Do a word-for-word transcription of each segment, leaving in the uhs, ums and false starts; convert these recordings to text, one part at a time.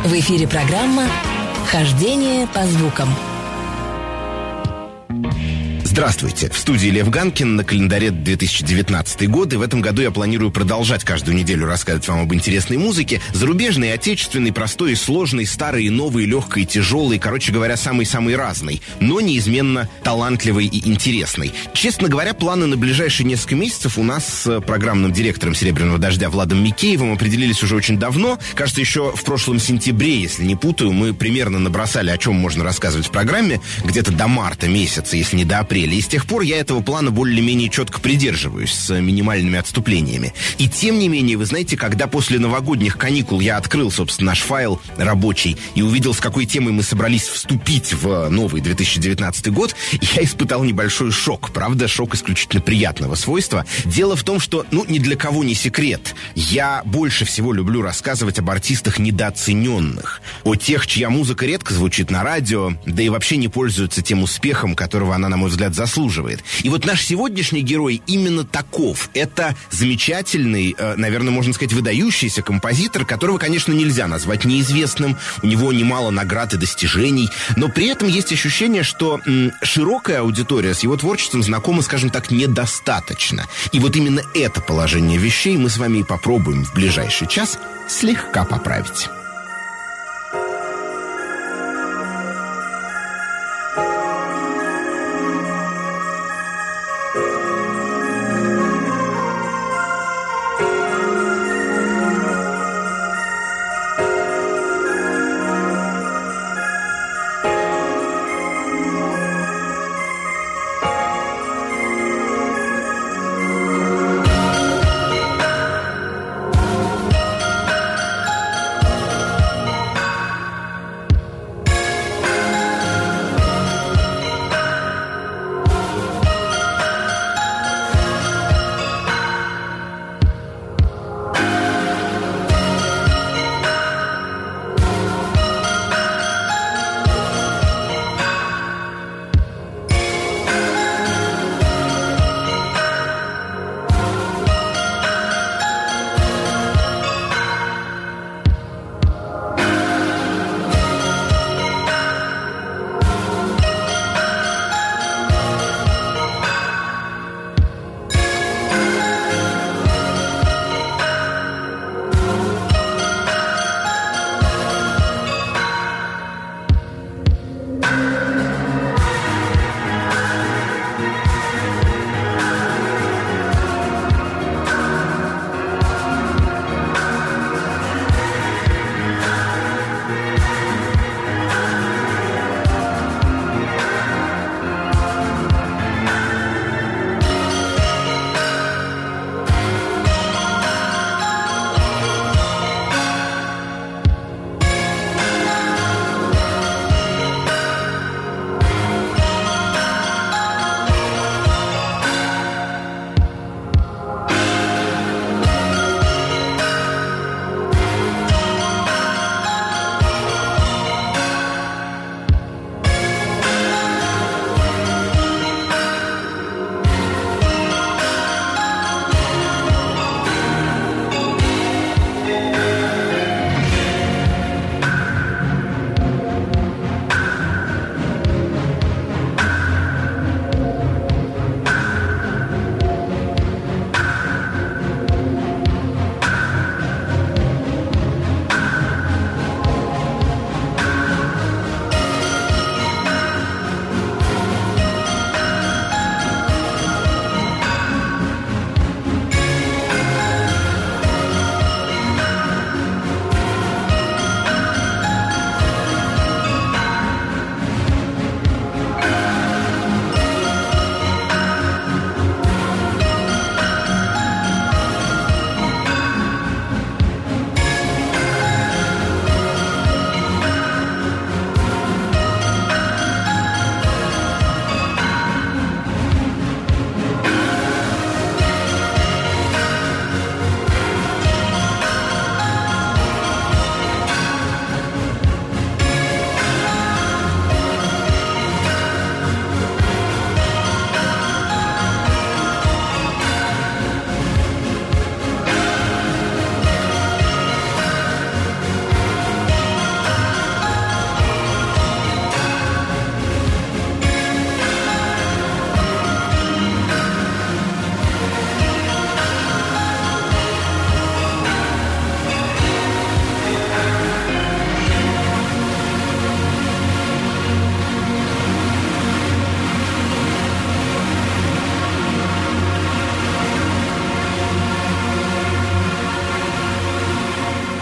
В эфире программа «Хождение по звукам». Здравствуйте. В студии Лев Ганкин, на календаре две тысячи девятнадцатый год, и в этом году я планирую продолжать каждую неделю рассказывать вам об интересной музыке. Зарубежной, отечественной, простой и сложной, старой и новой, легкой и тяжелой, короче говоря, самой-самой разной, но неизменно талантливой и интересной. Честно говоря, планы на ближайшие несколько месяцев у нас с программным директором «Серебряного дождя» Владом Микеевым определились уже очень давно. Кажется, еще в прошлом сентябре, если не путаю, мы примерно набросали, о чем можно рассказывать в программе, где-то до марта месяца, если не до апреля. И с тех пор я этого плана более-менее четко придерживаюсь, с минимальными отступлениями. И тем не менее, вы знаете, когда после новогодних каникул я открыл, собственно, наш файл рабочий и увидел, с какой темой мы собрались вступить в новый две тысячи девятнадцатый год, я испытал небольшой шок. Правда, шок исключительно приятного свойства. Дело в том, что, ну, ни для кого не секрет. Я больше всего люблю рассказывать об артистах недооцененных. О тех, чья музыка редко звучит на радио, да и вообще не пользуется тем успехом, которого она, на мой взгляд, заслуживает. И вот наш сегодняшний герой именно таков. Это замечательный, э, наверное, можно сказать, выдающийся композитор, которого, конечно, нельзя назвать неизвестным. У него немало наград и достижений. Но при этом есть ощущение, что м, широкая аудитория с его творчеством знакома, скажем так, недостаточно. И вот именно это положение вещей мы с вами и попробуем в ближайший час слегка поправить.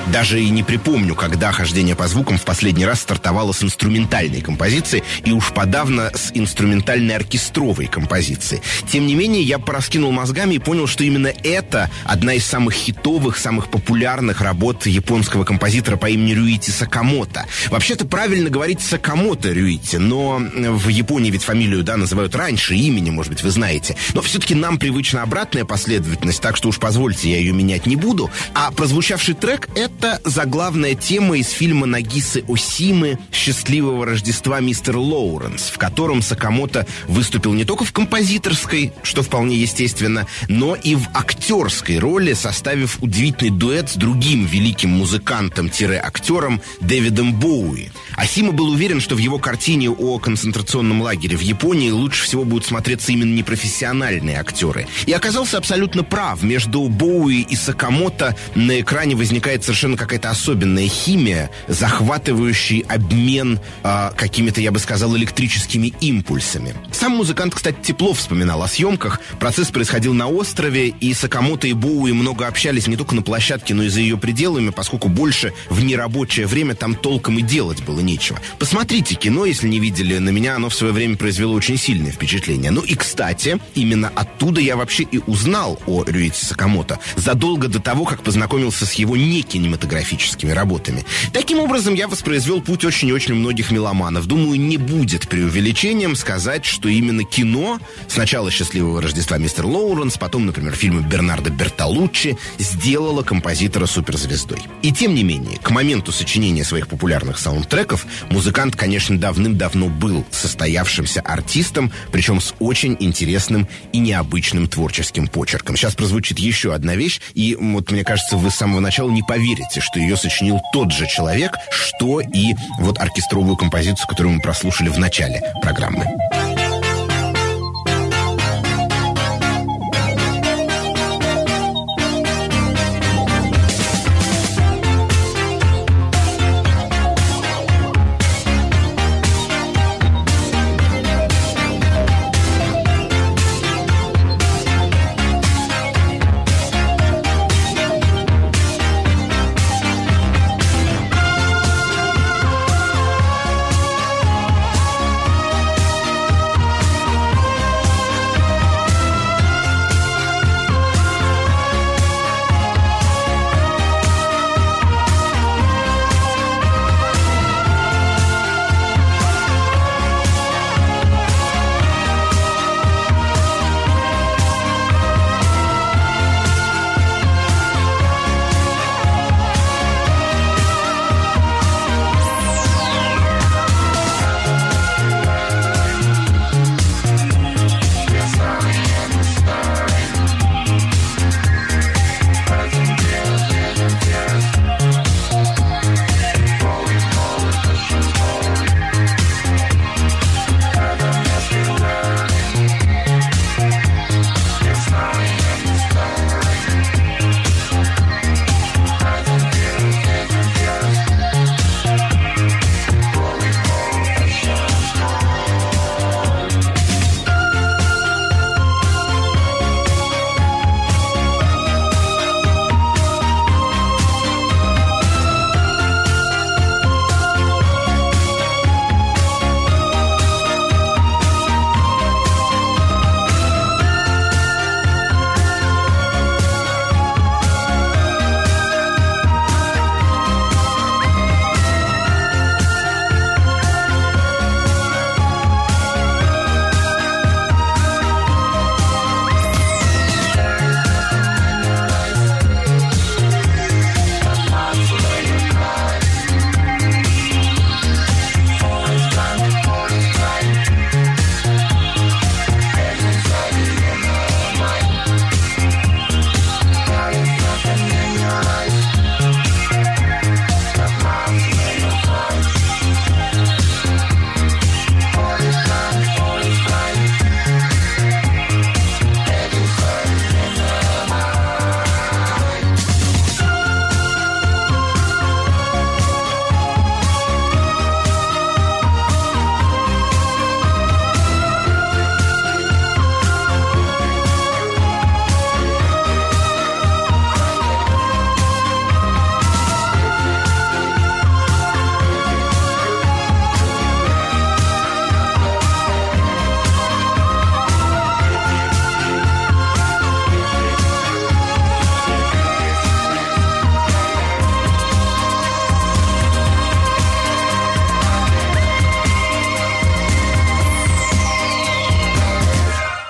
Даже и не припомню, когда «Хождение по звукам» в последний раз стартовало с инструментальной композиции, и уж подавно с инструментальной оркестровой композиции. Тем не менее, я пораскинул мозгами и понял, что именно это одна из самых хитовых, самых популярных работ японского композитора по имени Рюити Сакамото. Вообще-то правильно говорить Сакамото Рюити, но в Японии ведь фамилию, да, называют раньше имени, может быть, вы знаете. Но все-таки нам привычна обратная последовательность, так что уж позвольте, я ее менять не буду. А прозвучавший трек — это заглавная тема из фильма Нагисы Осимы «Счастливого Рождества, мистер Лоуренс», в котором Сакамото выступил не только в композиторской, что вполне естественно, но и в актерской роли, составив удивительный дуэт с другим великим музыкантом-актером Дэвидом Боуи. Осима был уверен, что в его картине о концентрационном лагере в Японии лучше всего будут смотреться именно непрофессиональные актеры. И оказался абсолютно прав. Между Боуи и Сакамото на экране возникает совершенно какая-то особенная химия, захватывающий обмен э, какими-то, я бы сказал, электрическими импульсами. Сам музыкант, кстати, тепло вспоминал о съемках. Процесс происходил на острове, и Сакамото и Боуи много общались не только на площадке, но и за ее пределами, поскольку больше в нерабочее время там толком и делать было нечего. Посмотрите кино, если не видели. На меня оно в свое время произвело очень сильное впечатление. Ну и, кстати, именно оттуда я вообще и узнал о Рюити Сакамото, задолго до того, как познакомился с его некинематографическими работами. Таким образом, я воспроизвел путь очень и очень многих меломанов. Думаю, не будет преувеличением сказать, что именно кино, сначала «Счастливого Рождества, мистер Лоуренс», потом, например, фильмы Бернардо Бертолуччи, сделало композитора суперзвездой. И тем не менее, к моменту сочинения своих популярных саундтреков музыкант, конечно, давным-давно был состоявшимся артистом, причем с очень интересным и необычным творческим почерком. Сейчас прозвучит еще одна вещь, и вот мне кажется, вы с самого начала не поверите, что ее сочинил тот же человек, что и вот оркестровую композицию, которую мы прослушали в начале программы.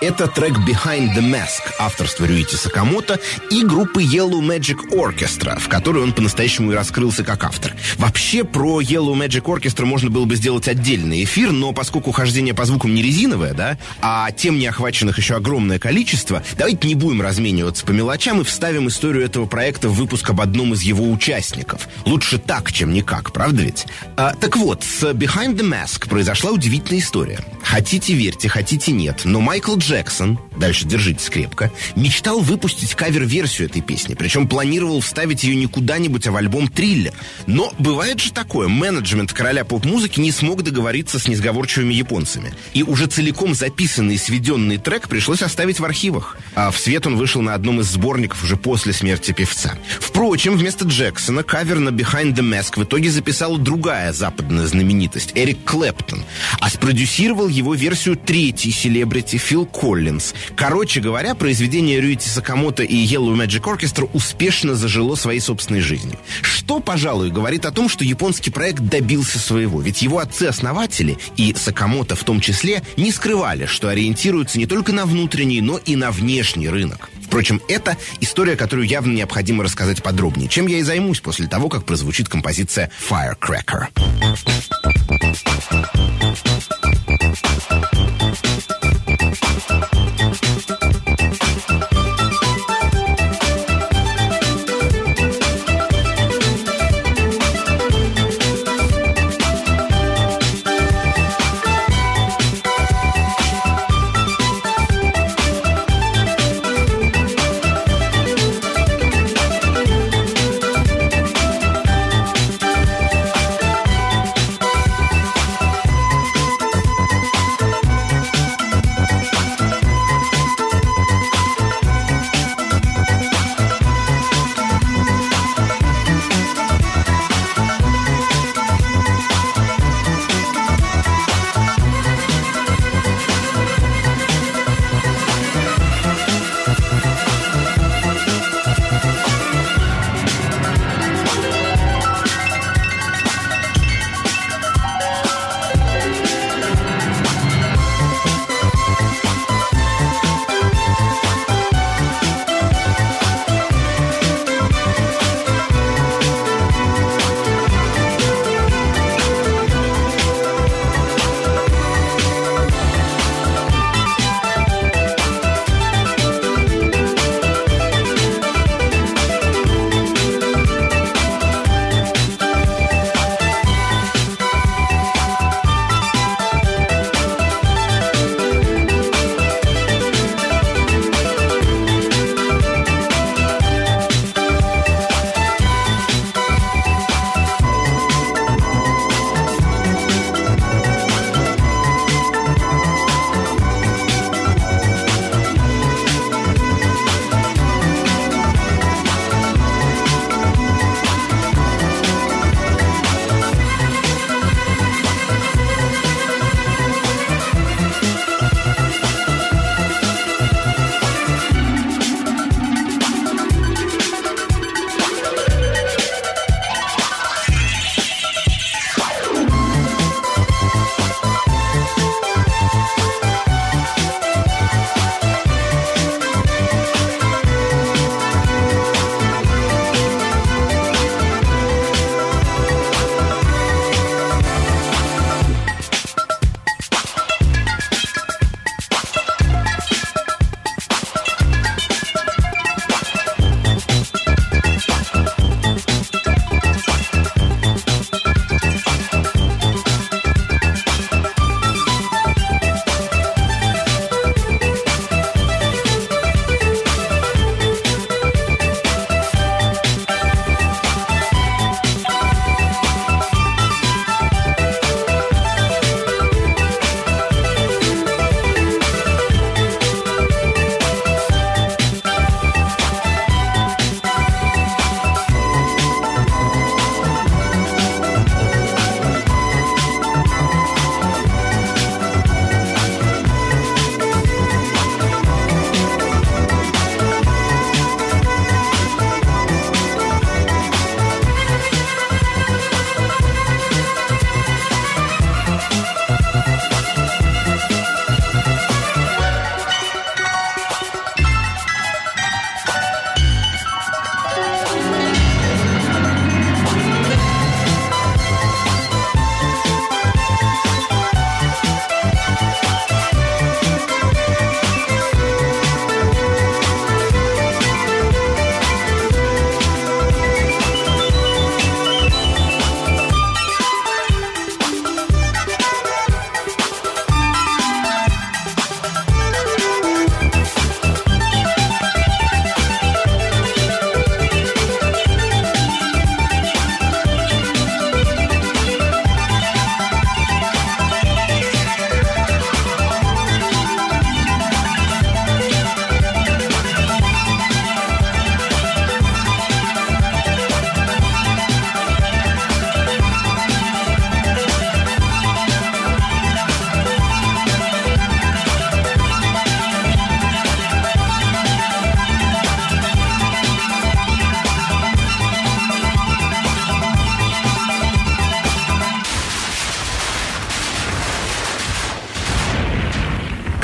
Это трек «Behind the Mask» авторства Рюити Сакамото и группы Yellow Magic Orchestra, в которой он по-настоящему и раскрылся как автор. Вообще, про Yellow Magic Orchestra можно было бы сделать отдельный эфир, но поскольку хождение по звукам не резиновое, да, а тем не охваченных еще огромное количество, давайте не будем размениваться по мелочам и вставим историю этого проекта в выпуск об одном из его участников. Лучше так, чем никак, правда ведь? А, так вот, с «Behind the Mask» произошла удивительная история. Хотите верьте, хотите нет, но Майкл Джексон, дальше держитесь крепко, мечтал выпустить кавер-версию этой песни, причем планировал вставить ее не куда-нибудь, а в альбом «Триллер». Но бывает же такое, менеджмент короля поп-музыки не смог договориться с несговорчивыми японцами. И уже целиком записанный и сведенный трек пришлось оставить в архивах. А в свет он вышел на одном из сборников уже после смерти певца. Впрочем, вместо Джексона кавер на «Behind the Mask» в итоге записала другая западная знаменитость, Эрик Клэптон. А спродюсировал его версию третий селебрити Фил Коллинз. Короче говоря, произведение Рюити Сакамото и Yellow Magic Orchestra успешно зажило своей собственной жизнью. Что, пожалуй, говорит о том, что японский проект добился своего. Ведь его отцы-основатели, и Сакамото в том числе, не скрывали, что ориентируются не только на внутренний, но и на внешний рынок. Впрочем, это история, которую явно необходимо рассказать подробнее, чем я и займусь после того, как прозвучит композиция «Firecracker».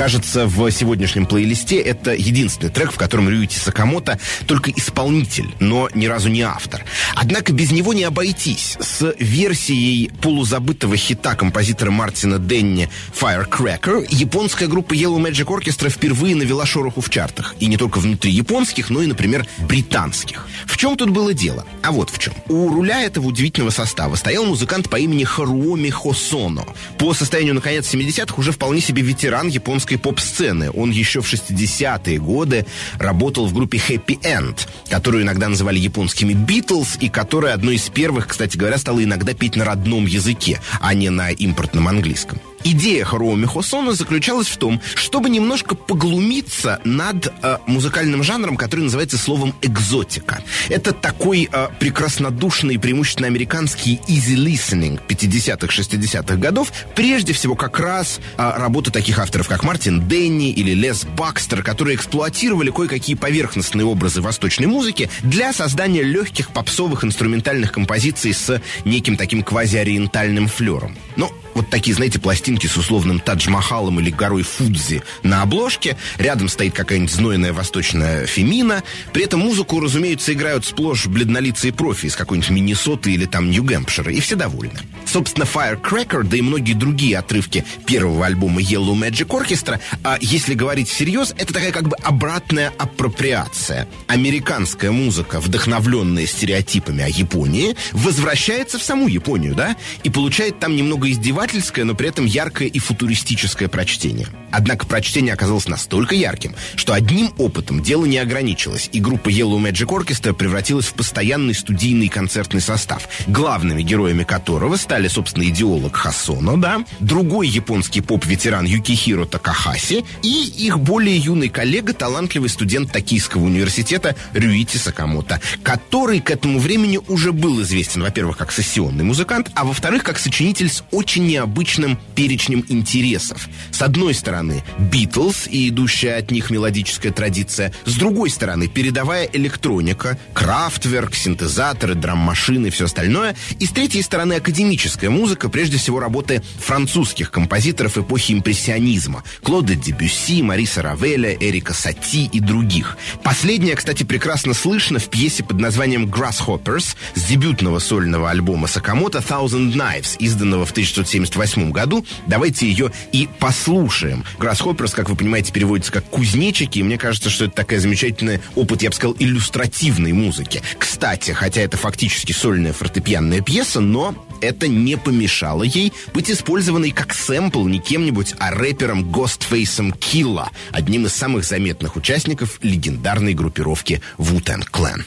Кажется, в сегодняшнем плейлисте это единственный трек, в котором Рюити Сакамото только исполнитель, но ни разу не автор. Однако без него не обойтись. С версией полузабытого хита композитора Мартина Денни «Firecracker» японская группа Yellow Magic Orchestra впервые навела шороху в чартах. И не только внутри японских, но и, например, британских. В чем тут было дело? А вот в чем. У руля этого удивительного состава стоял музыкант по имени Харуоми Хосоно. По состоянию на конец семидесятых уже вполне себе ветеран японской поп-сцены. Он еще в шестидесятые годы работал в группе Happy End, которую иногда называли японскими Beatles, и которая одной из первых, кстати говоря, стала иногда петь на родном языке, а не на импортном английском. Идея Харуоми Хосоно заключалась в том, чтобы немножко поглумиться над э, музыкальным жанром, который называется словом экзотика. Это такой э, прекраснодушный, преимущественно американский easy listening пятидесятых-шестидесятых годов. Прежде всего, как раз э, работа таких авторов, как Мартин Денни или Лес Бакстер, которые эксплуатировали кое-какие поверхностные образы восточной музыки для создания легких попсовых инструментальных композиций с неким таким квазиориентальным флером. Но вот такие, знаете, пластинки с условным Тадж-Махалом или горой Фудзи на обложке. Рядом стоит какая-нибудь знойная восточная фемина. При этом музыку, разумеется, играют сплошь бледнолицые профи из какой-нибудь Миннесоты или там Нью-Гэмпшира. И все довольны. Собственно, Firecracker, да и многие другие отрывки первого альбома Yellow Magic Orchestra, а если говорить всерьез, это такая как бы обратная апроприация. Американская музыка, вдохновленная стереотипами о Японии, возвращается в саму Японию, да? И получает там немного издевательское, но при этом яркое и футуристическое прочтение. Однако прочтение оказалось настолько ярким, что одним опытом дело не ограничилось, и группа Yellow Magic Orchestra превратилась в постоянный студийный концертный состав, главными героями которого стали, собственно, идеолог Хосоно, да, другой японский поп-ветеран Юкихиро Такахаси и их более юный коллега, талантливый студент Токийского университета Рюити Сакамото, который к этому времени уже был известен, во-первых, как сессионный музыкант, а во-вторых, как сочинитель с очень необычным перечнем интересов. С одной стороны, Битлз и идущая от них мелодическая традиция. С другой стороны, передовая электроника, Крафтверк, синтезаторы, драм-машины и все остальное. И с третьей стороны, академическая музыка, прежде всего работы французских композиторов эпохи импрессионизма. Клода Дебюсси, Мариса Равеля, Эрика Сати и других. Последняя, кстати, прекрасно слышно в пьесе под названием «Grasshoppers» с дебютного сольного альбома Сакамото «Thousand Knives», изданного в тысяча девятьсот семьдесят восьмом году. Давайте ее и послушаем. Grasshoppers, как вы понимаете, переводится как «кузнечики», и мне кажется, что это такая замечательная опыт, я бы сказал, иллюстративной музыки. Кстати, хотя это фактически сольная фортепианная пьеса, но это не помешало ей быть использованной как сэмпл не кем-нибудь, а рэпером Ghostface'ом Killah, одним из самых заметных участников легендарной группировки Wu-Tang Clan.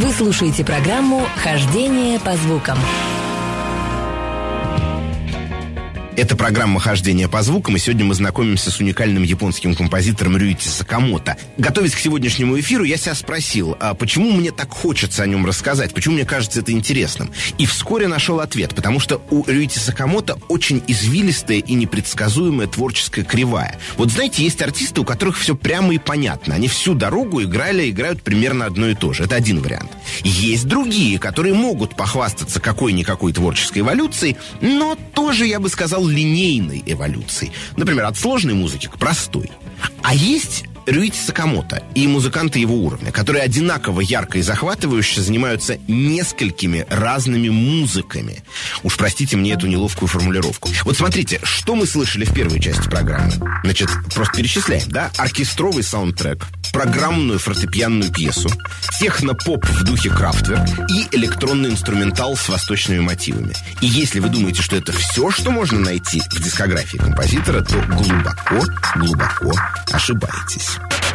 Вы слушаете программу «Хождение по звукам». Это программа «Хождение по звукам», и сегодня мы знакомимся с уникальным японским композитором Рюити Сакамото. Готовясь к сегодняшнему эфиру, я себя спросил, а почему мне так хочется о нем рассказать, почему мне кажется это интересным. И вскоре нашел ответ, потому что у Рюити Сакамото очень извилистая и непредсказуемая творческая кривая. Вот знаете, есть артисты, у которых все прямо и понятно. Они всю дорогу играли, играют примерно одно и то же. Это один вариант. Есть другие, которые могут похвастаться какой-никакой творческой эволюцией, но тоже, я бы сказал, линейной эволюцией. Например, от сложной музыки к простой. А есть Рюити Сакамото и музыканты его уровня, которые одинаково ярко и захватывающе занимаются несколькими разными музыками. Уж простите мне эту неловкую формулировку. Вот смотрите, что мы слышали в первой части программы. Значит, просто перечисляем, да? Оркестровый саундтрек, программную фортепианную пьесу, техно-поп в духе Крафтверк и электронный инструментал с восточными мотивами. И если вы думаете, что это все, что можно найти в дискографии композитора, то глубоко, глубоко ошибаетесь.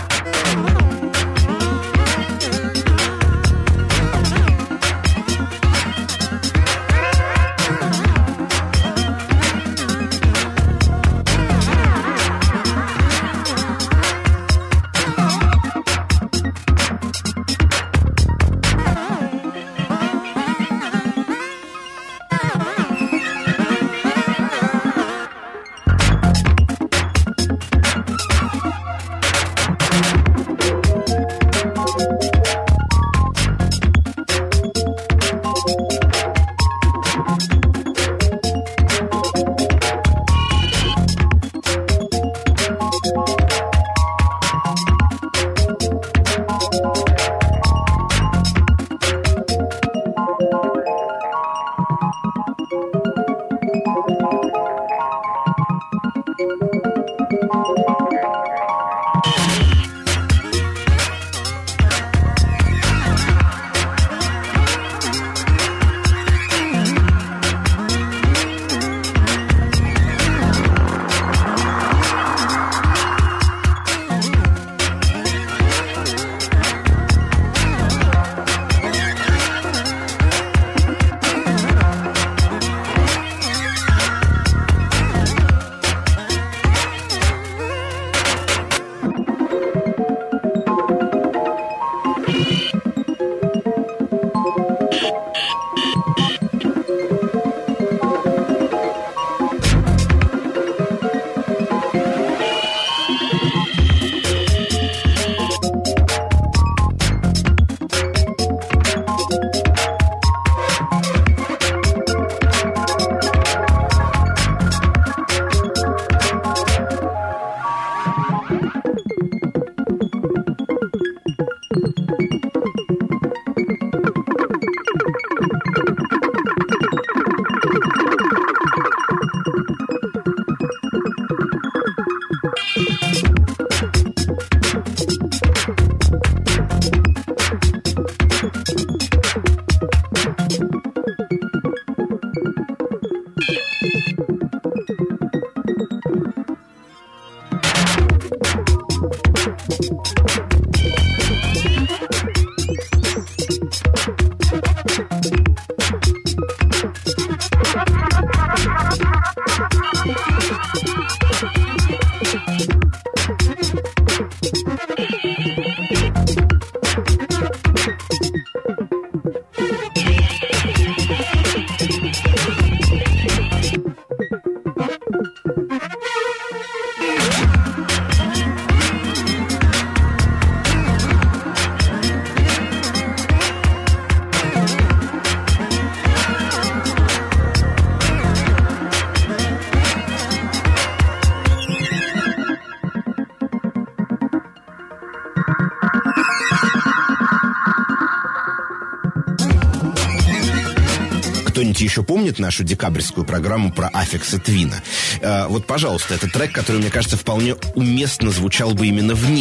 Кто-нибудь еще помнит нашу декабрьскую программу про Аффикса Твина? Э, вот, пожалуйста, это трек, который, мне кажется, вполне уместно звучал бы именно в ней.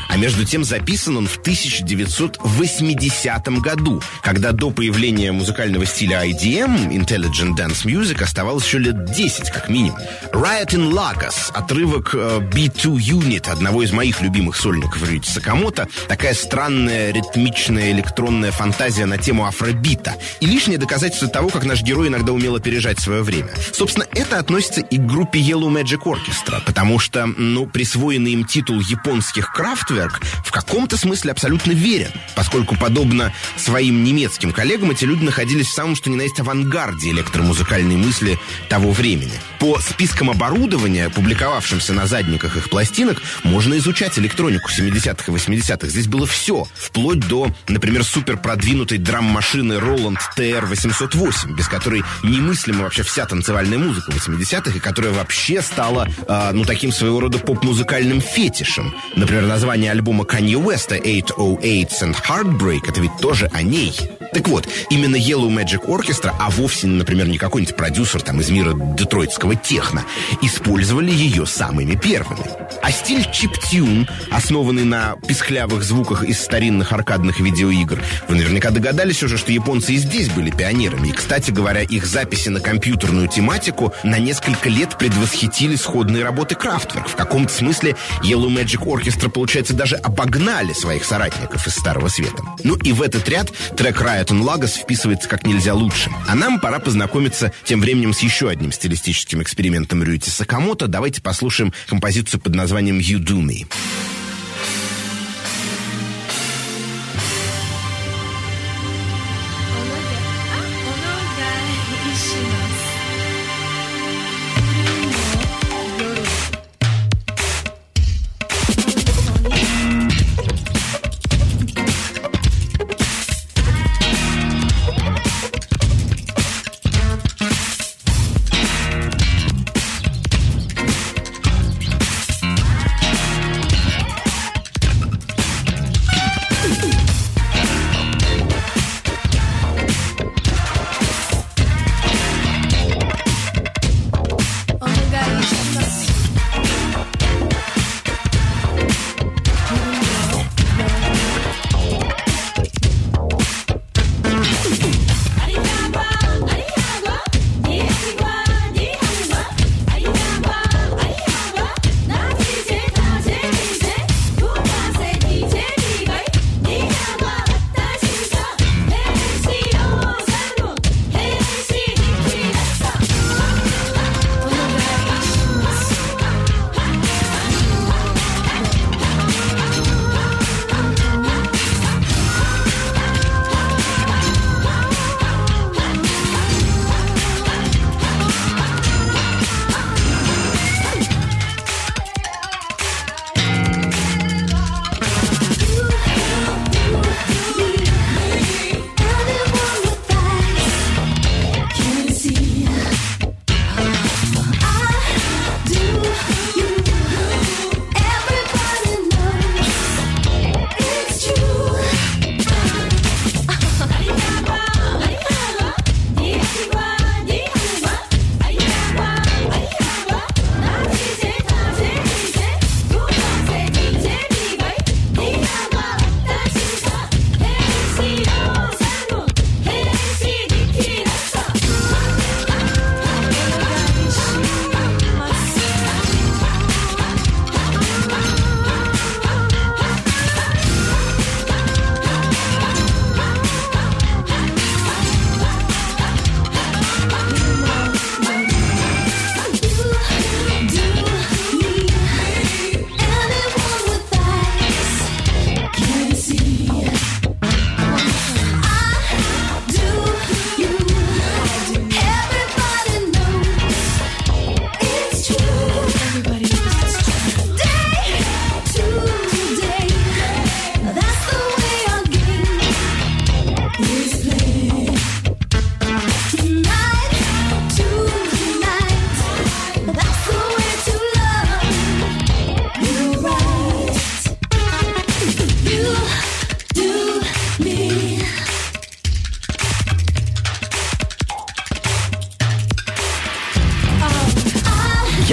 А между тем записан он в тысяча девятьсот восьмидесятом году, когда до появления музыкального стиля ай ди эм, Intelligent Dance Music, оставалось еще лет десять как минимум. Riot in Lagos, отрывок э, би два Unit, одного из моих любимых сольников Рюити Сакамото, такая странная ритмичная электронная фантазия на тему афробита. И лишнее доказательство того, как наш герой иногда умел опережать свое время. Собственно, это относится и к группе Yellow Magic Orchestra, потому что, ну, присвоенный им титул японских Kraftwerk в каком-то смысле абсолютно верен, поскольку, подобно своим немецким коллегам, эти люди находились в самом что ни на есть авангарде электромузыкальной мысли того времени. По спискам оборудования, публиковавшимся на задниках их пластинок, можно изучать электронику семидесятых и восьмидесятых. Здесь было все, вплоть до, например, суперпродвинутой драм-машины Roland ти ар восемьсот восемь, без которой немыслима вообще вся танцевальная музыка восьмидесятых, и которая вообще стала, э, ну, таким своего рода поп-музыкальным фетишем. Например, название альбома Kanye West eight oh eight and Heartbreak — это ведь тоже о ней. Так вот, именно Yellow Magic Orchestra, а вовсе, например, не какой-нибудь продюсер там из мира детройтского техно, использовали ее самыми первыми. А стиль чип-тюн, основанный на писклявых звуках из старинных аркадных видеоигр, вы наверняка догадались уже, что японцы и здесь были пионерами. И, кстати говоря, их записи на компьютерную тематику на несколько лет предвосхитили сходные работы Kraftwerk. В каком-то смысле Yellow Magic Orchestra, получается, даже обогнали своих соратников из Старого Света. Ну и в этот ряд трек Riot in Lagos вписывается как нельзя лучше. А нам пора познакомиться тем временем с еще одним стилистическим экспериментом Рюити Сакамото. Давайте послушаем композицию под названием You Do Me.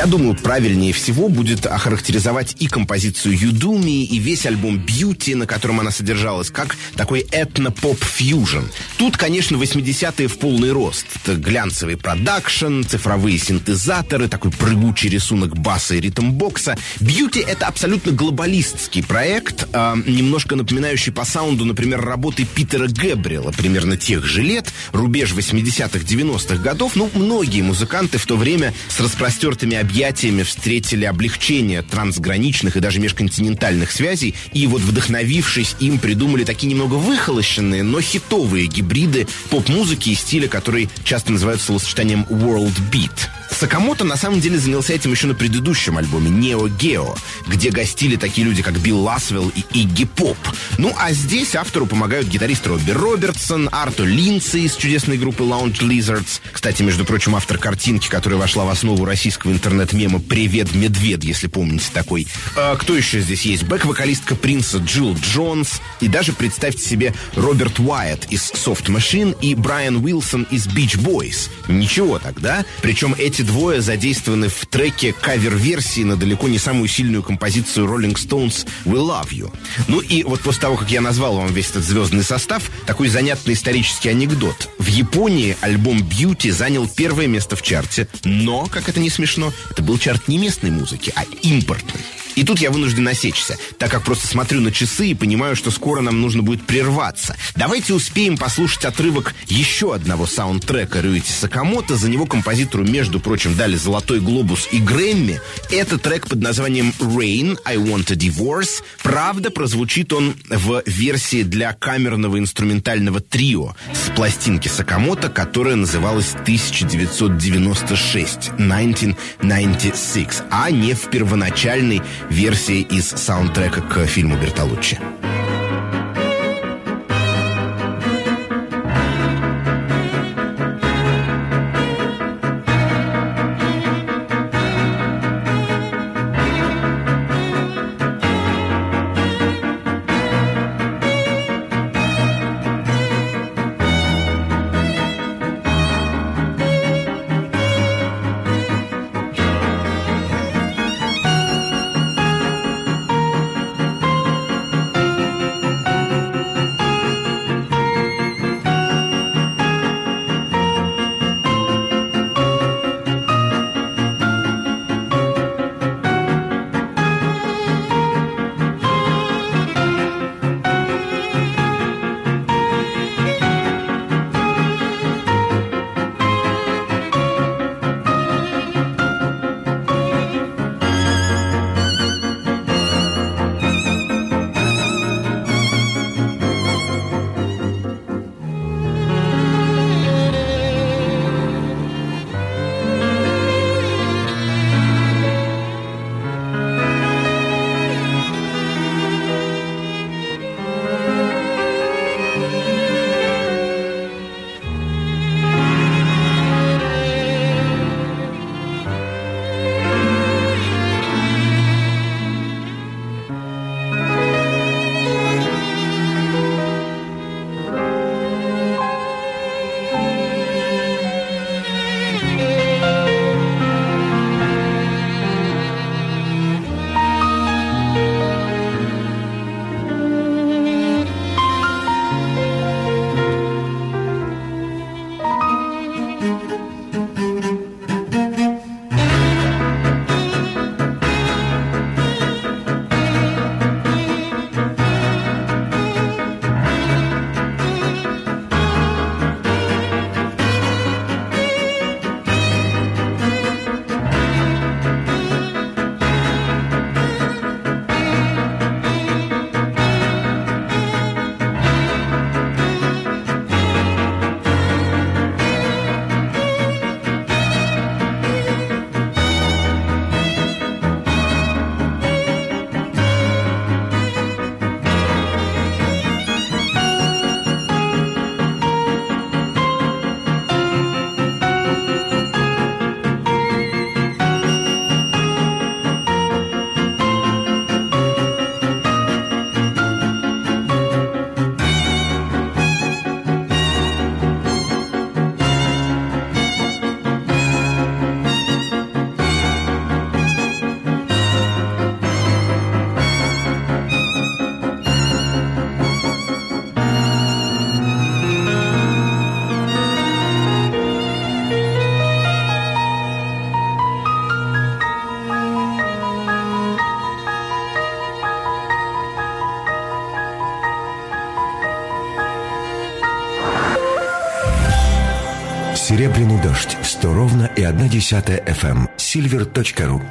Я думаю, правильнее всего будет охарактеризовать и композицию You Do Me, и весь альбом Beauty, на котором она содержалась, как такой этно-поп-фьюжн. Тут, конечно, восьмидесятые в полный рост. Это глянцевый продакшн, цифровые синтезаторы, такой прыгучий рисунок баса и ритм-бокса. Beauty — это абсолютно глобалистский проект, э, немножко напоминающий по саунду, например, работы Питера Гэбриэла, примерно тех же лет, рубеж восьмидесятых-девяностых годов. Ну, многие музыканты в то время с распростертыми объятиями встретили облегчение трансграничных и даже межконтинентальных связей, и вот, вдохновившись им, придумали такие немного выхолощенные, но хитовые гибриды поп-музыки и стиля, который часто называют словосочетанием world beat. Сакамото на самом деле занялся этим еще на предыдущем альбоме Neo Geo, где гостили такие люди, как Билл Ласвелл и Игги Поп. Ну, а здесь автору помогают гитарист Робби Робертсон, Арто Линдси из чудесной группы Lounge Lizards. Кстати, между прочим, автор картинки, которая вошла в основу российского интернет-мема «Привет, медведь», если помните такой. А кто еще здесь есть? Бэк-вокалистка Принса Джилл Джонс. И даже, представьте себе, Роберт Уайетт из Soft Machine и Брайан Уилсон из Beach Boys. Ничего тогда. Причем эти двое задействованы в треке кавер-версии на далеко не самую сильную композицию Rolling Stones «We Love You». Ну и вот после того, как я назвал вам весь этот звездный состав, такой занятный исторический анекдот. В Японии альбом «Beauty» занял первое место в чарте, но, как это не смешно, это был чарт не местной музыки, а импортной. И тут я вынужден осечься, так как просто смотрю на часы и понимаю, что скоро нам нужно будет прерваться. Давайте успеем послушать отрывок еще одного саундтрека Рюити Сакамото. За него композитору, между прочим, дали «Золотой глобус» и Грэмми. Это трек под названием «Rain, I Want a Divorce». Правда, прозвучит он в версии для камерного инструментального трио с пластинки Сакамото, которая называлась тысяча девятьсот девяносто шесть, тысяча девятьсот девяносто шесть, а не в первоначальной версии из саундтрека к фильму Бертолуччи. Серебряный дождь. сто ровно и одна десятая эф эм. Silver точка ру.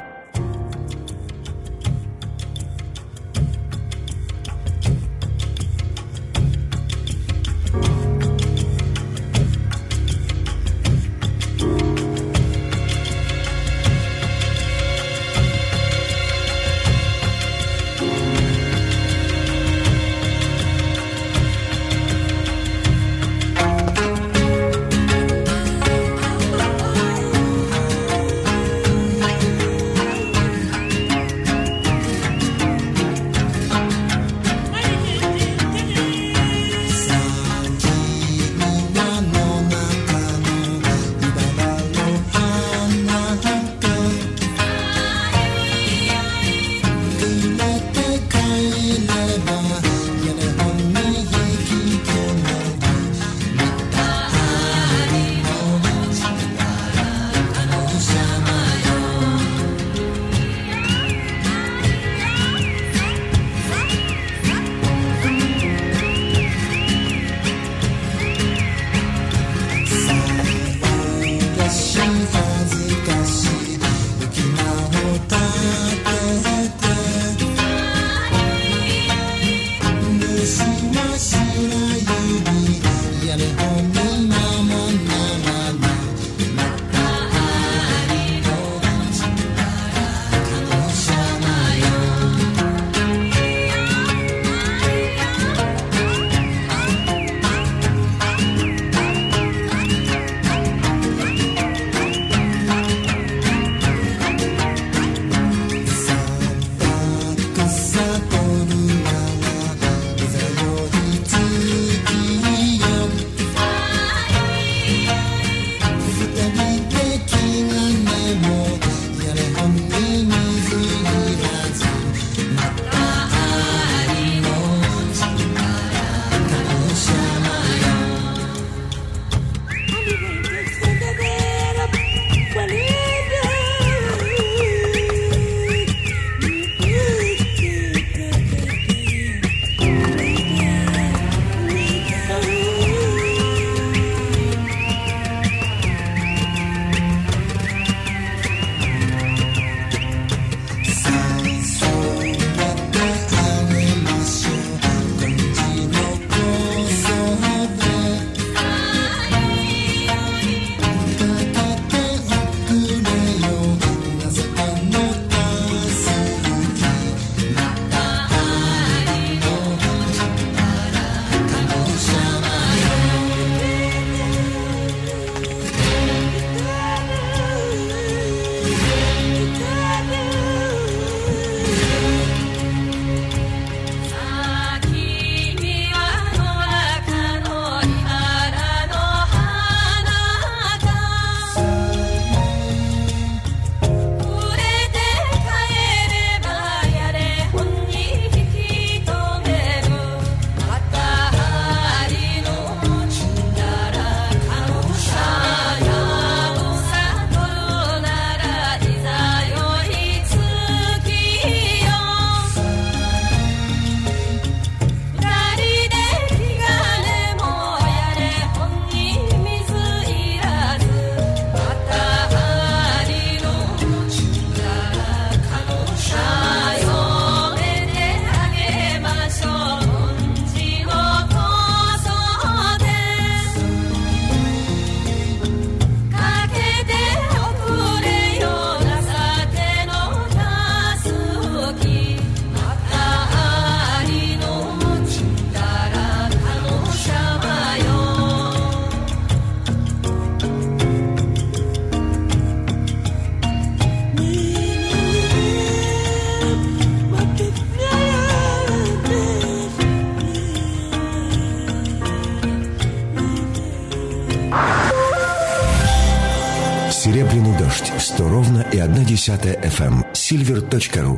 Серебряный дождь. сто ровно и одна десятая эф эм. Silver точка ру.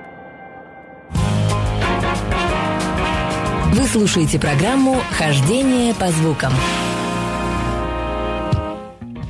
Вы слушаете программу «Хождение по звукам».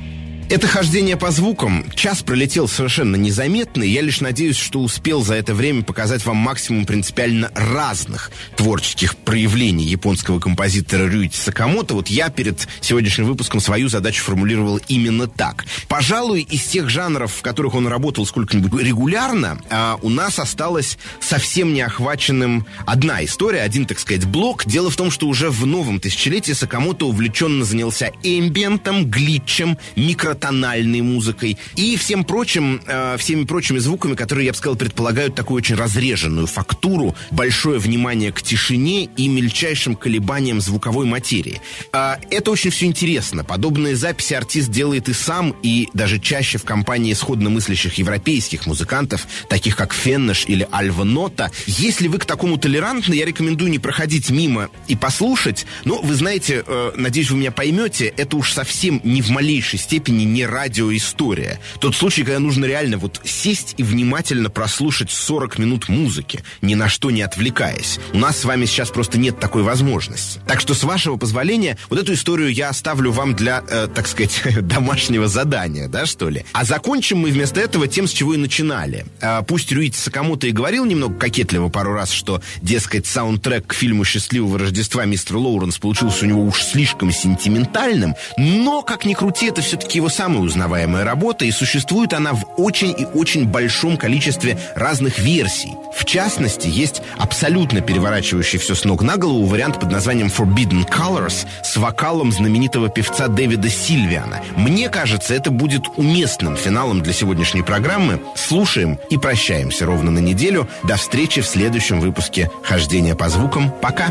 Это хождение по звукам. Час пролетел совершенно незаметно, и я лишь надеюсь, что успел за это время показать вам максимум принципиально разных творческих проявлений японского композитора Рюити Сакамото. Вот я перед сегодняшним выпуском свою задачу формулировал именно так. Пожалуй, из тех жанров, в которых он работал сколько-нибудь регулярно, а у нас осталась совсем неохваченным одна история, один, так сказать, блок. Дело в том, что уже в новом тысячелетии Сакамото увлеченно занялся эмбиентом, глитчем, микро тональной музыкой и всем прочим, э, всеми прочими звуками, которые, я бы сказал, предполагают такую очень разреженную фактуру, большое внимание к тишине и мельчайшим колебаниям звуковой материи. Э, это очень все интересно. Подобные записи артист делает и сам, и даже чаще в компании сходно мыслящих европейских музыкантов, таких как Феннеш или Альва Нота. Если вы к такому толерантны, я рекомендую не проходить мимо и послушать. Но, вы знаете, э, надеюсь, вы меня поймете, это уж совсем не в малейшей степени не радиоистория. Тот случай, когда нужно реально вот сесть и внимательно прослушать сорок минут музыки, ни на что не отвлекаясь. У нас с вами сейчас просто нет такой возможности. Так что, с вашего позволения, вот эту историю я оставлю вам для, э, так сказать, домашнего задания, да, что ли? А закончим мы вместо этого тем, с чего и начинали. Э, пусть Рюити Сакамото и говорил немного кокетливо пару раз, что, дескать, саундтрек к фильму «Счастливого Рождества» мистер Лоуренс получился у него уж слишком сентиментальным, но, как ни крути, это все-таки его самая узнаваемая работа, и существует она в очень и очень большом количестве разных версий. В частности, есть абсолютно переворачивающий все с ног на голову вариант под названием Forbidden Colors с вокалом знаменитого певца Дэвида Сильвиана. Мне кажется, это будет уместным финалом для сегодняшней программы. Слушаем и прощаемся ровно на неделю. До встречи в следующем выпуске «Хождения по звукам». Пока!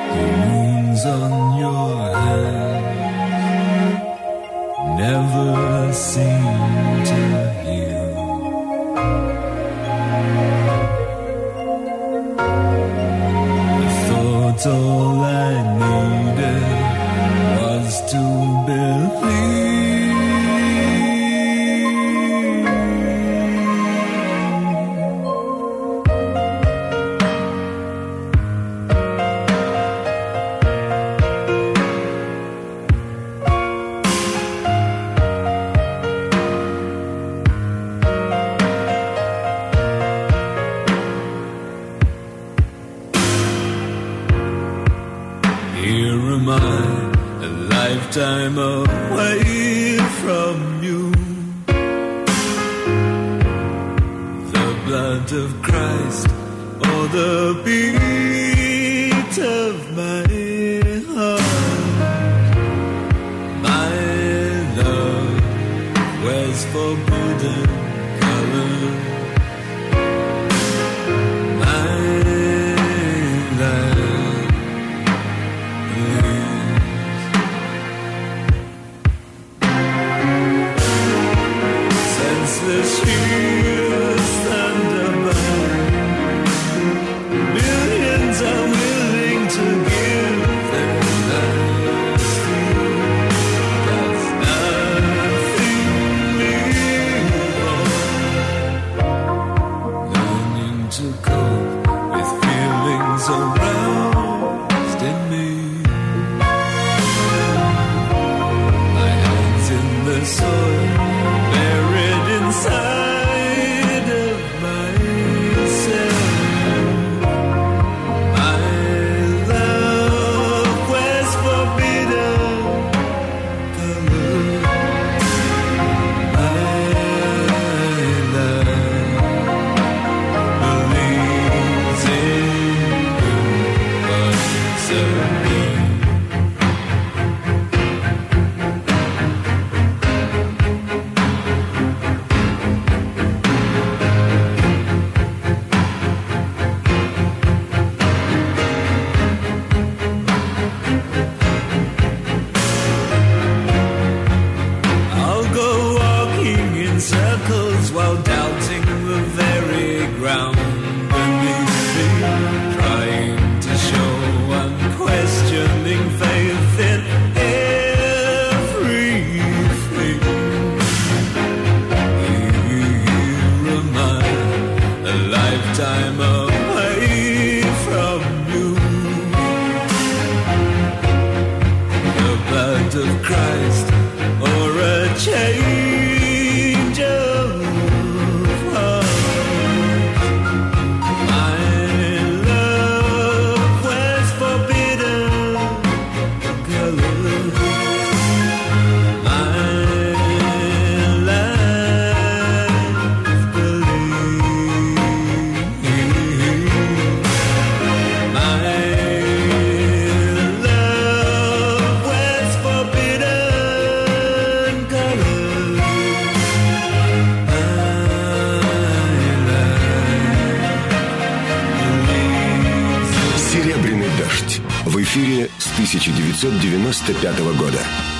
Never seem to heal. I thought all I needed was to believe. Time away from you, the blood of Christ or the beat of my heart. My love wears forbidden color. My love this here stand above. Millions are willing to give their lives to you. Does nothing leave on? Learning to cope with feelings aroused in me. My hands in the soil, inside of myself, my love was forbidden color. My love believes in what's of me. While doubting the very ground beneath me, trying to show unquestioning faith in everything. Here am I, a lifetime away from you. The blood of Christ or a chain эфире с тысяча девятьсот девяносто пятого года.